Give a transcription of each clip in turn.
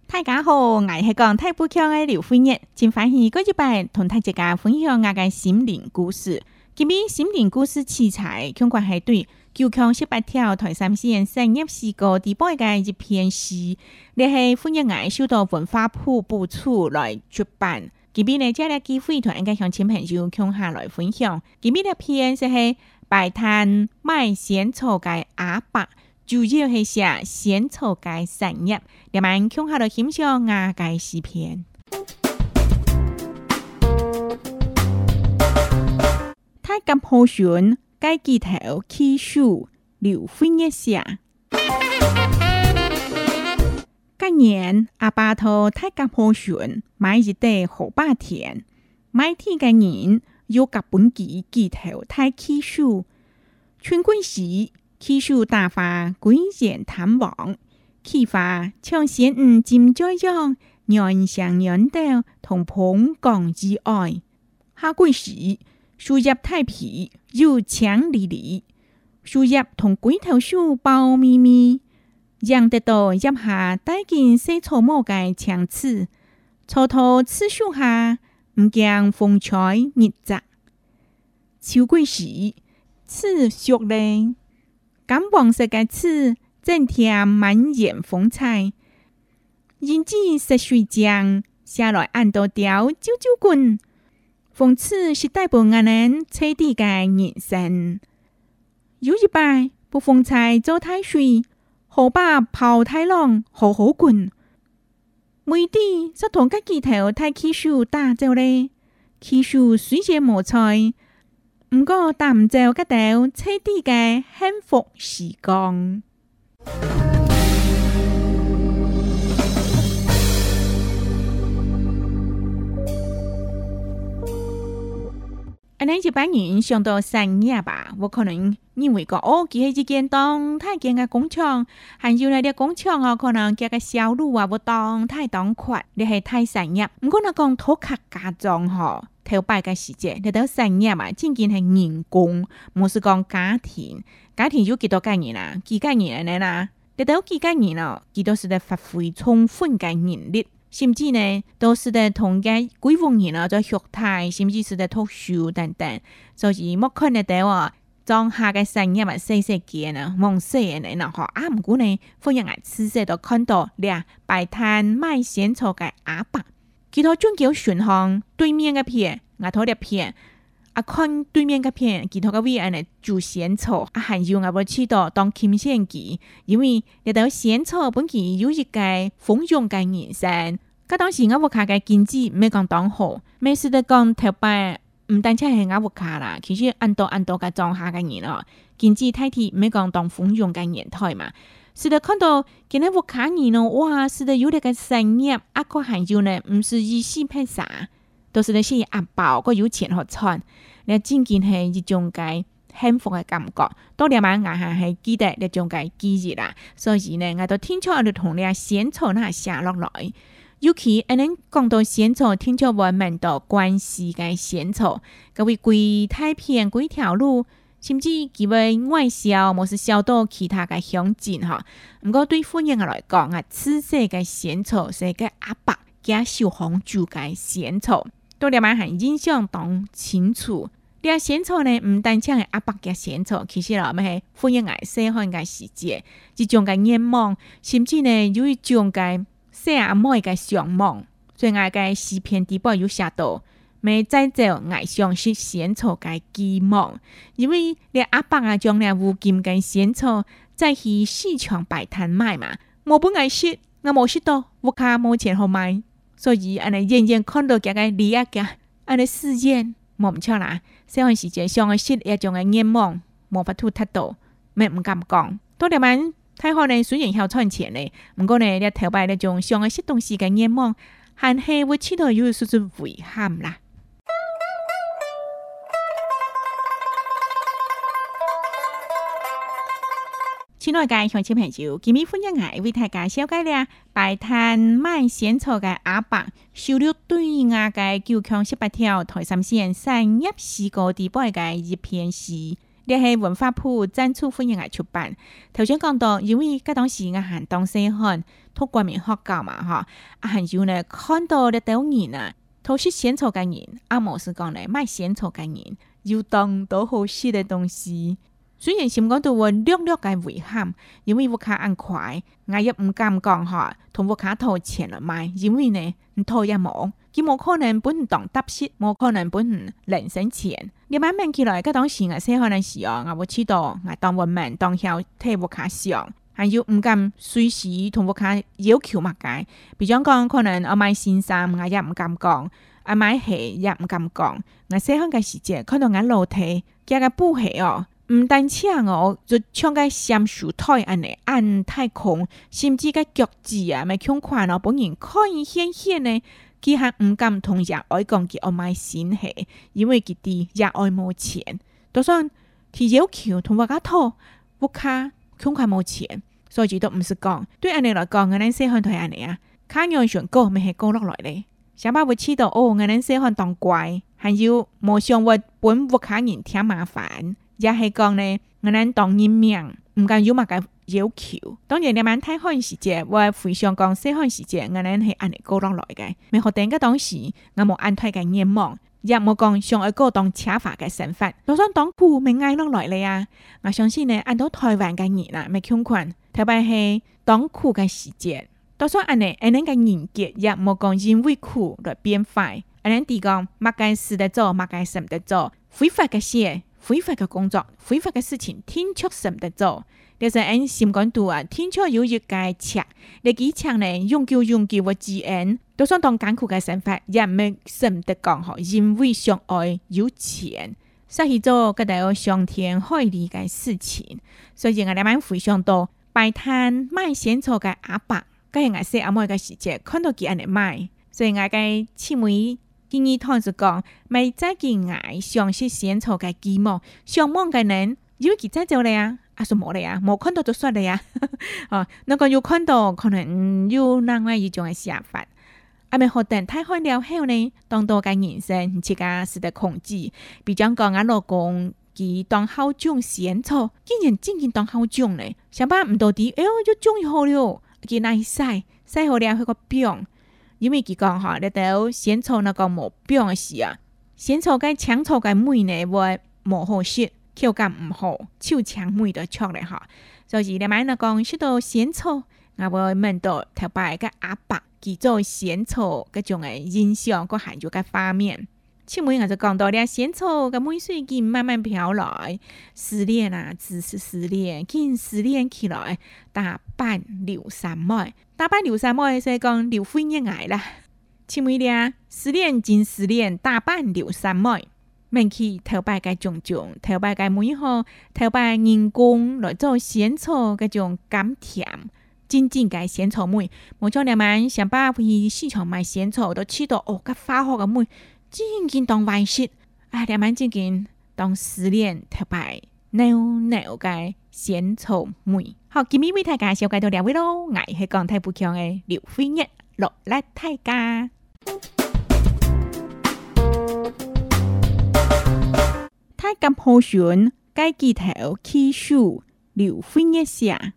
大家好，我是讲太不强的刘惠月，真欢喜嗰一摆同大家分享我嘅心灵故事。今日心灵故事器材相关系对九腔18条台三线产业四个地方嘅一篇诗，你係歡迎我受到文化部補助來出版。今日呢，借個機會同大家向親朋友共下來分享。今日嘅篇係擺攤賣仙草嘅阿伯，主要係寫仙草嘅產業。你們共下來欣賞我嘅詩篇。太監河船街記頭起書劉惠月寫。今年阿爸到太監河船買一地河壩田，買田嘅人有夾本記頭太起書，春季時起書大花歸賢探望，起花像仙人尖在樣，人上人道同捧講之愛。夏季時樹葉太皮又青離離，樹葉同龜頭樹包咪咪，讓得到葉下帶進細草木嘅槍刺，草頭刺樹下唔驚風吹日曬。秋季時刺熟咧，金黃色嘅刺正添滿眼風采，因子食水漿下來按到掉啾啾滾。諷刺是代表我們徹底嘅人生。有一擺不風采做太水，河壩泡太浪，好好滾。每地就同個記頭太起書打走咧，起書雖然無采，唔過打唔走個頭徹底嘅幸福時光。一般人想到產業吧，我可能認為講佢係一間當太間嘅工廠，還有呢啲工廠可能佢嘅銷路我當太當快，你係太產業。唔過講土客家裝頭擺嘅時節，你到產業嘛，真正係人工，唔是講家庭有幾多個人啊？幾個人呢啦？你到幾個人咯？佢都是在發揮充分嘅能力。甚至呢，都是在同嘅規劃人啊，在學台，甚至是在讀書等等，所以莫看得到當下嘅產業啊，細細件啊，望細嘅呢，然後唔過呢，忽然間仔細都看到倆擺攤賣仙草嘅阿伯，佢頭轉叫巡航對面嘅片，我頭啲片，看對面嘅片，佢頭個位安尼煮仙草，還有我去到當金線機，因為你到仙草本期有一個豐容嘅人生。嗰當時我屋企嘅經濟唔係講當好，每次都講頭擺唔單止係我屋企啦，其實按多嘅裝下嘅人哦，經濟太體唔係講當豐容嘅年代嘛，是的看到今日屋企人哦，哇，是的有啲嘅產業，個還有呢，唔是以四拍啥，都是那些阿寶個有錢好賺，你真見係一種嘅幸福嘅感覺，多啲晚硬係記得一種嘅記憶啦，所以呢，我都聽出就同你仙草那寫落來。尤其能講到仙草，聽出我們到關係嘅仙草，各位規太片規條路，甚至佢位外銷，冇是銷到其他嘅鄉鎮哈。唔過對富人來講啊，此世嘅仙草是個阿伯加小紅煮嘅仙草，都兩萬係印象當清楚。呢個仙草呢，唔單止係阿伯嘅仙草，其實我們係富人愛細漢嘅時節，一種嘅願望，甚至呢有一種嘅。細阿妹嘅向往，所以我嘅詩篇底部有寫到，未再做愛上是仙草嘅寄望，因為你阿伯啊將咧無金嘅仙草再去市場擺攤賣嘛，冇本愛識，我冇識到，屋企冇錢好買，所以安尼遠遠看到嘅個利益嘅，安尼事業冇唔錯啦，細漢時節上嘅識一種嘅願望，冇法度達到，咩唔敢講，多啲萬。太好呢，雖然要賺錢呢，唔過呢，你頭擺呢種上嘅些東西嘅願望，還係會知道有少少遺憾啦。親愛嘅鄉親朋友，今日歡迎我為大家紹介了擺攤賣仙草嘅阿伯，收錄對我嘅九腔18條台三線產業四個地擺嘅一篇詩。 呢係文化部贊助歡迎出版。頭先講到，因為嗰當時我係當細漢讀國民學校嘛，嚇，係要呢看到呢啲人啊，都是仙草嘅人，阿冇是講呢賣仙草嘅人，要當到好食嘅東西。雖然心講到我略略嘅遺憾，因為我卡按快，我也唔敢講嚇，同我卡掏錢嚟買，因為呢掏也冇，佢冇可能本當搭息，冇可能本人生錢。你慢慢起來，嗰當時我細漢嘅時候，我知道我當我們當曉替我卡想，還有唔敢隨時同我卡要求乜嘅。比如講，可能我買新衫，我也唔敢講；我買鞋也唔敢講。我細漢嘅時節，看到我樓梯加個布鞋哦。唔單止我就像個橡樹台安尼按太空，甚至個腳趾啊，咪強看我本人可以顯顯呢，佢還唔敢同野外講佢要買新鞋，因為佢哋野外冇錢。就算佢要求同我家討，我卡強看冇錢，所以都唔是講。對安尼來講，我哋細漢都係安尼啊，卡樣上高咪係高落來咧。想把我知道哦，我哋細漢當乖，還有冇想我本我卡人添麻煩。也係講呢，我哋當人命，唔敢有乜嘅要求。當然你們睇看時節，我非常講細漢時節，我哋係按嚟過落來嘅。咪學定嘅當時，我冇安退嘅願望，也冇講想去過當車法嘅身份。就算當鋪咪嗌落來咧啊！我相信呢，按到台灣嘅人啊，咪窮困，特別係當苦嘅時節。就算按呢，按呢嘅人格也冇講因為苦來變壞。按呢啲講，乜嘅事得做，乜嘅事唔得做，非法嘅事。非法嘅工作，非法嘅事情，天出什得做？就是按心講度啊，天出有一個尺，你幾尺呢？永久嘅資源，就算當艱苦嘅生活，也唔什得講嗬，因為相愛有錢，所以做嗰啲傷天害理嘅事情。所以我哋蠻非常多擺攤賣仙草嘅阿伯，嗰係我細阿妹嘅時節，看到佢安尼賣，所以我嘅姊妹。建議他就講，咪再見愛詳細仙草嘅基模，上網嘅人以為佢真做嚟啊，啊說冇嚟啊，冇看到就說嚟啊，哦，那個有看到可能有另外一種嘅想法，啊咪學等太開了後呢，當到嘅人生自家是得控制，比如講我老公佢當好種仙草，竟然真正當好種咧，想把唔到啲，哎呦就種好了，佢拿去曬好了佢個餅。因為佢講嚇，你到仙草那個冇病嘅事啊，仙草嘅青草嘅味呢會冇好食，口感唔好，超青味都出嚟嚇。所以你買那講食到仙草，我會問到頭擺個阿伯佢做仙草嗰種嘅印象，個含有嘅畫面。前面我就講到咧，仙草嘅水水佢慢慢飄來，失戀啊，只是失戀，佢失戀起來，大半流三妹。大半流三妹，所以講流灰熱愛啦。前面咧，失戀真失戀，大半流三妹。問起頭擺嘅種種，頭擺嘅每號，頭擺人工來做仙草嗰種甘甜，真正嘅仙草味。冇錯，你們想辦法去市場買仙草，都知道哦，個化學嘅味。真正當壞事，啊！兩萬真正當失戀頭擺扭嘅仙草味。好，今日為大家紹介到兩位咯，我係講太不強嘅劉輝月落嚟大家。太監好選該記頭起書劉輝月寫。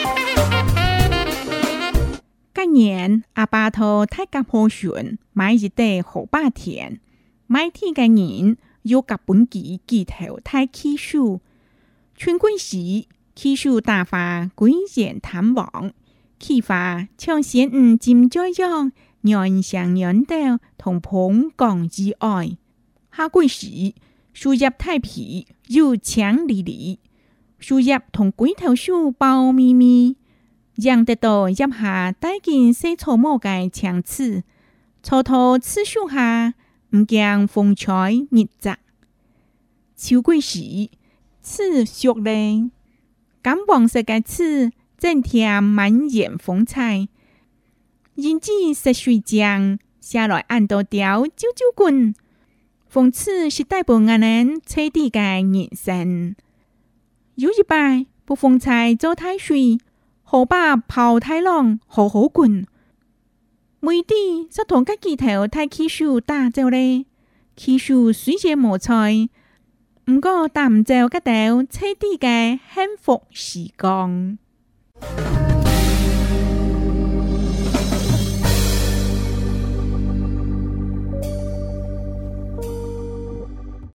今年阿爸頭太監好選買一地好霸田，買田嘅人要夾本記記頭太起書，春季時起書大花歸賢探望，起花像仙女金在樣，緣上緣到同捧講之愛。夏季時樹葉太皮又青離離，樹葉同龜頭樹包咪咪。讓得到葉下帶進細草木嘅牆刺，草頭刺樹下唔驚風吹日曬。秋季時刺熟咧，金黃色嘅刺正添滿眼風采。因子濕水漿下來按到掉啾啾滾，風刺是代表我哋徹底嘅人生。有一擺不風采做太水。好把泡太浪，好好滾。每地就同個記頭太起樹打走咧，起樹雖然無菜， 毋過擔走甲條徹底嘅幸福時光。